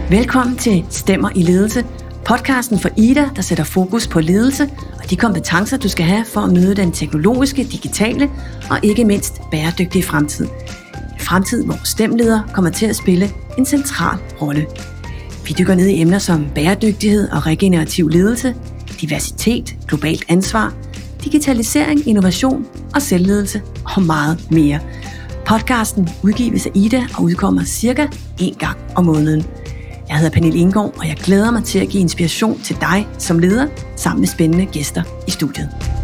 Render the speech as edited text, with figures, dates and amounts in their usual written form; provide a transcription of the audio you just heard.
Velkommen til Stemmer i ledelse, podcasten for Ida, der sætter fokus på ledelse og de kompetencer, du skal have for at møde den teknologiske, digitale og ikke mindst bæredygtige fremtid. En fremtid, hvor stemledere kommer til at spille en central rolle. Vi dykker ned i emner som bæredygtighed og regenerativ ledelse, diversitet, globalt ansvar, digitalisering, innovation og selvledelse og meget mere. Podcasten udgives af Ida og udkommer cirka 1 gang om måneden. Jeg hedder Pernille Inggaard, og jeg glæder mig til at give inspiration til dig som leder, sammen med spændende gæster i studiet.